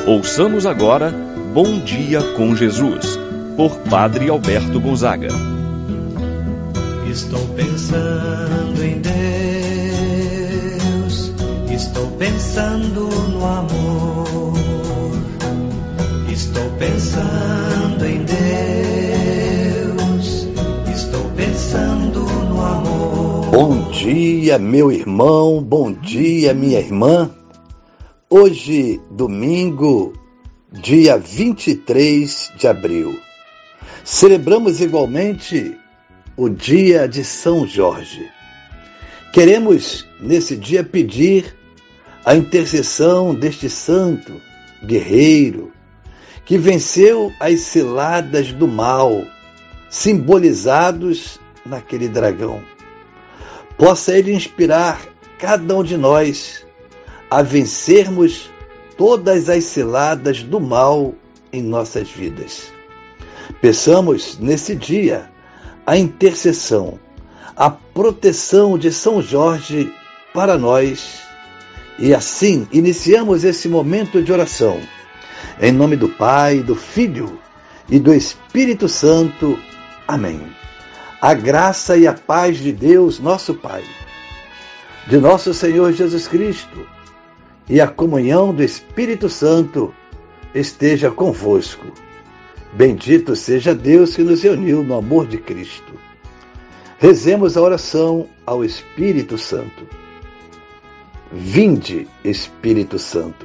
Ouçamos agora Bom Dia com Jesus, por Padre Alberto Gonzaga. Estou pensando em Deus, estou pensando no amor, estou pensando em Deus, estou pensando no amor. Bom dia, meu irmão, bom dia, minha irmã. Hoje, domingo, dia 23 de abril, celebramos igualmente o dia de São Jorge. Queremos, nesse dia, pedir a intercessão deste santo, guerreiro, que venceu as ciladas do mal, simbolizados naquele dragão. Possa ele inspirar cada um de nós a vencermos todas as ciladas do mal em nossas vidas. Peçamos nesse dia a intercessão, a proteção de São Jorge para nós. E assim iniciamos esse momento de oração. Em nome do Pai, do Filho e do Espírito Santo. Amém. A graça e a paz de Deus, nosso Pai, de nosso Senhor Jesus Cristo, e a comunhão do Espírito Santo esteja convosco. Bendito seja Deus que nos reuniu no amor de Cristo. Rezemos a oração ao Espírito Santo. Vinde, Espírito Santo.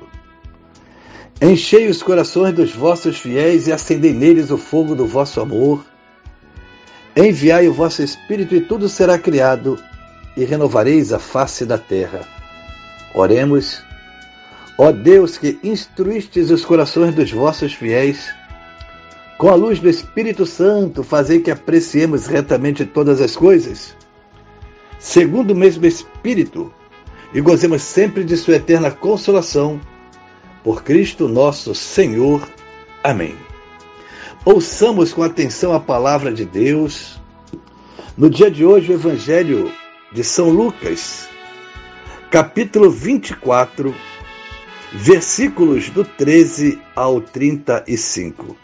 Enchei os corações dos vossos fiéis e acendei neles o fogo do vosso amor. Enviai o vosso Espírito e tudo será criado, e renovareis a face da terra. Oremos. Ó Deus, que instruístes os corações dos vossos fiéis, com a luz do Espírito Santo, fazei que apreciemos retamente todas as coisas, segundo o mesmo Espírito, e gozemos sempre de sua eterna consolação, por Cristo nosso Senhor. Amém. Ouçamos com atenção a palavra de Deus. No dia de hoje, o Evangelho de São Lucas, capítulo 24, versículos do 13 ao 35.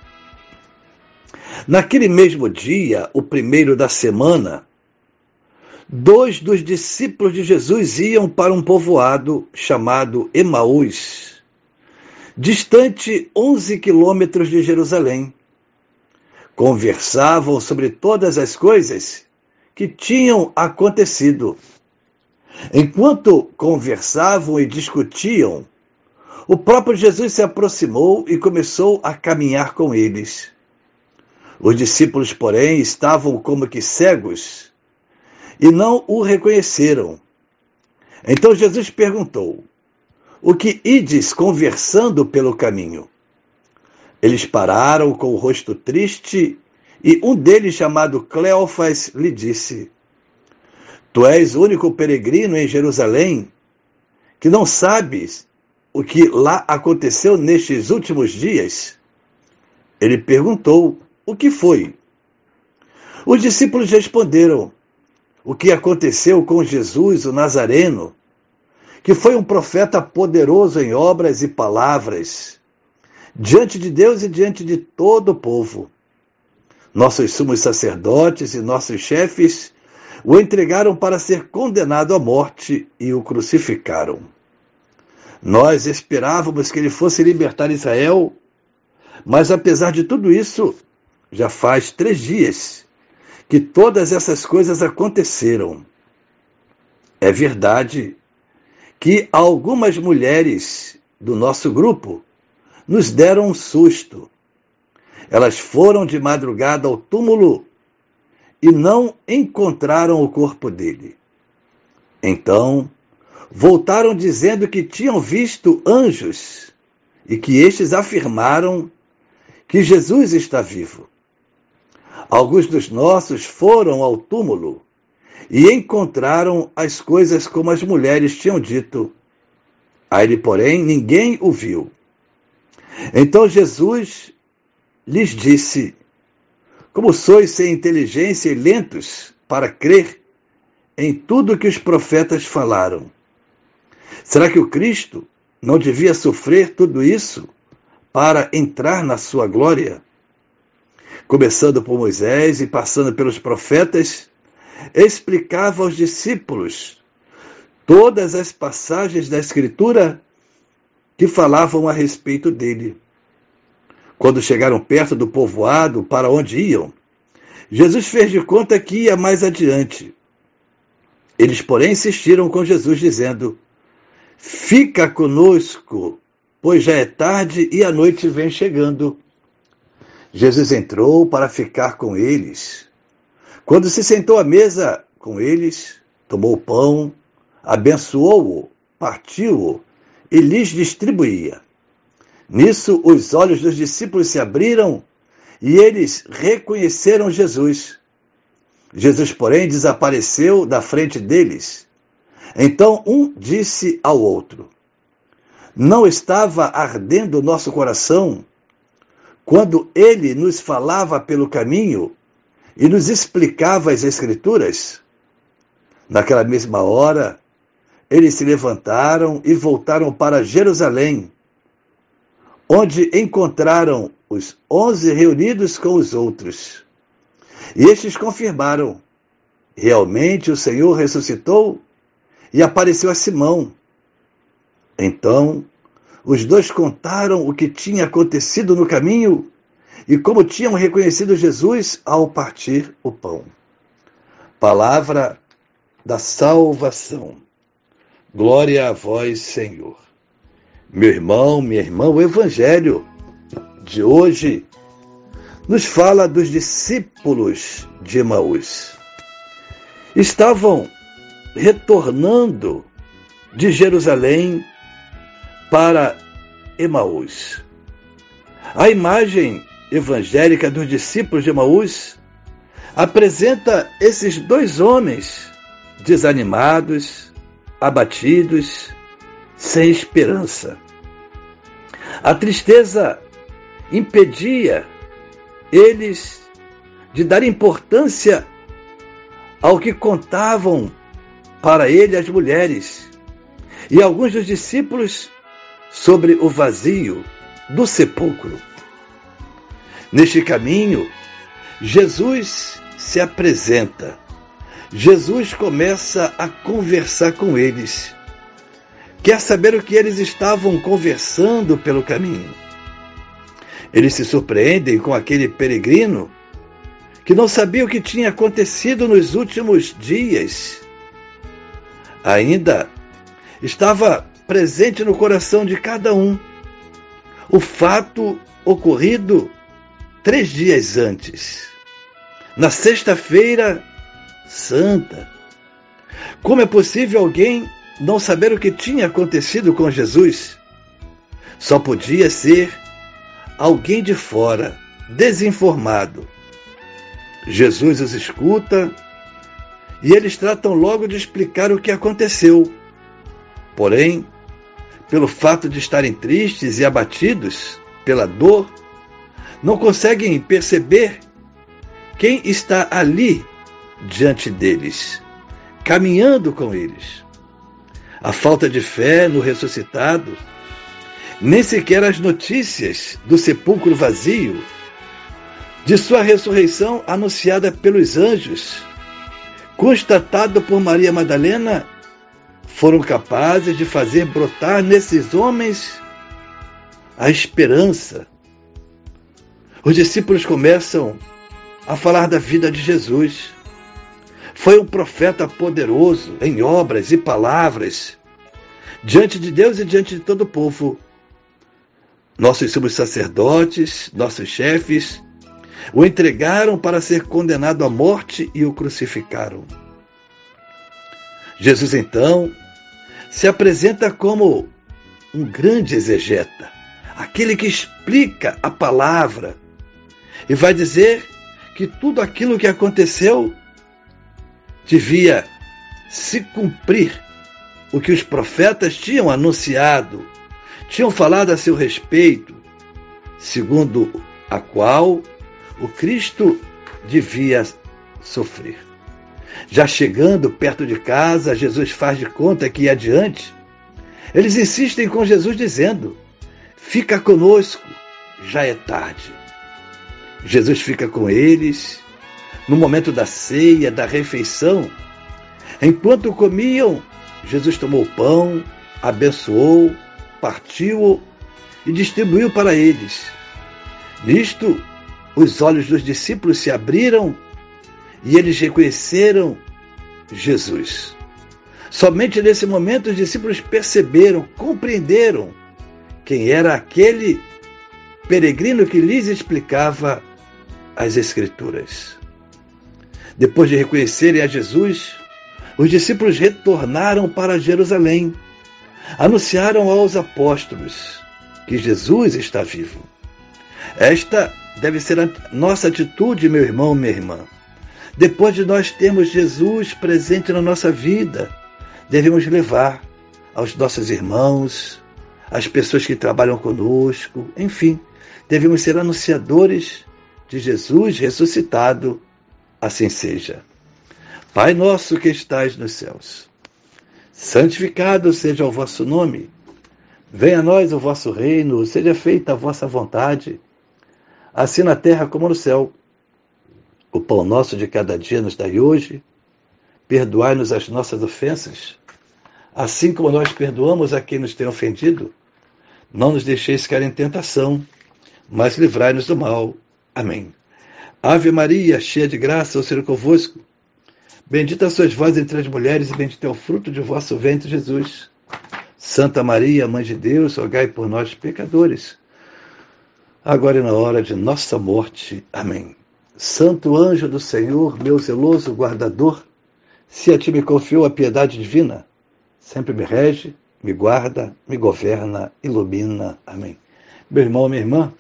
Naquele mesmo dia, o primeiro da semana, 2 dos discípulos de Jesus iam para um povoado chamado Emaús, distante 11 quilômetros de Jerusalém. Conversavam sobre todas as coisas que tinham acontecido. Enquanto conversavam e discutiam, o próprio Jesus se aproximou e começou a caminhar com eles. Os discípulos, porém, estavam como que cegos e não o reconheceram. Então Jesus perguntou: o que ides conversando pelo caminho? Eles pararam com o rosto triste e um deles, chamado Cleófas, lhe disse: tu és o único peregrino em Jerusalém que não sabes o que lá aconteceu nestes últimos dias? Ele perguntou: o que foi? Os discípulos responderam: o que aconteceu com Jesus, o Nazareno, que foi um profeta poderoso em obras e palavras, diante de Deus e diante de todo o povo. Nossos sumos sacerdotes e nossos chefes o entregaram para ser condenado à morte e o crucificaram. Nós esperávamos que ele fosse libertar Israel, mas apesar de tudo isso, já faz 3 dias que todas essas coisas aconteceram. É verdade que algumas mulheres do nosso grupo nos deram um susto. Elas foram de madrugada ao túmulo e não encontraram o corpo dele. Então, voltaram dizendo que tinham visto anjos e que estes afirmaram que Jesus está vivo. Alguns dos nossos foram ao túmulo e encontraram as coisas como as mulheres tinham dito. A ele, porém, ninguém o viu. Então Jesus lhes disse: como sois sem inteligência e lentos para crer em tudo que os profetas falaram? Será que o Cristo não devia sofrer tudo isso para entrar na sua glória? Começando por Moisés e passando pelos profetas, explicava aos discípulos todas as passagens da Escritura que falavam a respeito dele. Quando chegaram perto do povoado para onde iam, Jesus fez de conta que ia mais adiante. Eles, porém, insistiram com Jesus, dizendo: fica conosco, pois já é tarde e a noite vem chegando. Jesus entrou para ficar com eles. Quando se sentou à mesa com eles, tomou o pão, abençoou-o, partiu-o e lhes distribuía. Nisso, os olhos dos discípulos se abriram e eles reconheceram Jesus. Jesus, porém, desapareceu da frente deles. Então um disse ao outro: não estava ardendo o nosso coração quando ele nos falava pelo caminho e nos explicava as Escrituras? Naquela mesma hora, eles se levantaram e voltaram para Jerusalém, onde encontraram os 11 reunidos com os outros. E estes confirmaram: realmente o Senhor ressuscitou e apareceu a Simão. Então, os dois contaram o que tinha acontecido no caminho e como tinham reconhecido Jesus ao partir o pão. Palavra da salvação. Glória a vós, Senhor. Meu irmão, minha irmã, o Evangelho de hoje nos fala dos discípulos de Emaús. Estavam retornando de Jerusalém para Emaús. A imagem evangélica dos discípulos de Emaús apresenta esses dois homens desanimados, abatidos, sem esperança. A tristeza impedia eles de dar importância ao que contavam para ele as mulheres e alguns dos discípulos sobre o vazio do sepulcro. Neste caminho, Jesus se apresenta. Jesus começa a conversar com eles. Quer saber o que eles estavam conversando pelo caminho. Eles se surpreendem com aquele peregrino que não sabia o que tinha acontecido nos últimos dias. Ainda estava presente no coração de cada um o fato ocorrido 3 dias antes, na Sexta-feira Santa. Como é possível alguém não saber o que tinha acontecido com Jesus? Só podia ser alguém de fora, desinformado. Jesus os escuta e eles tratam logo de explicar o que aconteceu. Porém, pelo fato de estarem tristes e abatidos pela dor, não conseguem perceber quem está ali diante deles, caminhando com eles. A falta de fé no ressuscitado, nem sequer as notícias do sepulcro vazio, de sua ressurreição anunciada pelos anjos, constatado por Maria Madalena, foram capazes de fazer brotar nesses homens a esperança. Os discípulos começam a falar da vida de Jesus. Foi um profeta poderoso em obras e palavras, diante de Deus e diante de todo o povo. Nossos sumos sacerdotes, nossos chefes, o entregaram para ser condenado à morte e o crucificaram. Jesus, então, se apresenta como um grande exegeta, aquele que explica a palavra, e vai dizer que tudo aquilo que aconteceu devia se cumprir o que os profetas tinham anunciado, tinham falado a seu respeito, segundo a qual o Cristo devia sofrer. Já chegando perto de casa, Jesus faz de conta que ia adiante Eles insistem com Jesus dizendo: fica conosco, já é tarde. Jesus fica com eles no momento da ceia, da refeição. Enquanto comiam, Jesus tomou o pão, abençoou, partiu-o e distribuiu para eles. Nisto, os olhos dos discípulos se abriram e eles reconheceram Jesus. Somente nesse momento os discípulos perceberam, compreenderam quem era aquele peregrino que lhes explicava as Escrituras. Depois de reconhecerem a Jesus, os discípulos retornaram para Jerusalém. Anunciaram aos apóstolos que Jesus está vivo. Esta deve ser a nossa atitude, meu irmão, minha irmã. Depois de nós termos Jesus presente na nossa vida, devemos levar aos nossos irmãos, às pessoas que trabalham conosco, enfim, devemos ser anunciadores de Jesus ressuscitado, assim seja. Pai nosso que estais nos céus, santificado seja o vosso nome. Venha a nós o vosso reino, seja feita a vossa vontade, assim na terra como no céu. O pão nosso de cada dia nos dai hoje. Perdoai-nos as nossas ofensas, assim como nós perdoamos a quem nos tem ofendido. Não nos deixeis cair em tentação, mas livrai-nos do mal. Amém. Ave Maria, cheia de graça, o Senhor é convosco. Bendita sois vós entre as mulheres, e bendito é o fruto de vosso ventre, Jesus. Santa Maria, Mãe de Deus, rogai por nós, pecadores, agora e na hora de nossa morte. Amém. Santo anjo do Senhor, meu zeloso guardador, se a ti me confiou a piedade divina, sempre me rege, me guarda, me governa, ilumina. Amém. Meu irmão, minha irmã,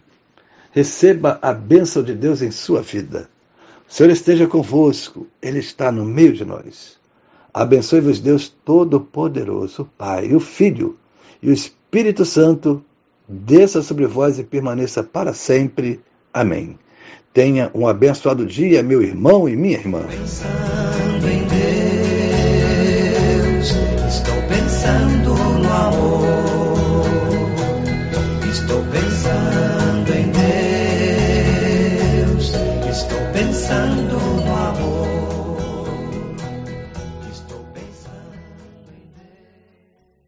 receba a bênção de Deus em sua vida. O Senhor esteja convosco, Ele está no meio de nós. Abençoe-vos Deus Todo-Poderoso, o Pai, o Filho e o Espírito Santo, desça sobre vós e permaneça para sempre. Amém. Tenha um abençoado dia, meu irmão e minha irmã. Pensando em Deus, estou pensando no amor. Estou pensando em Deus, estou pensando no amor.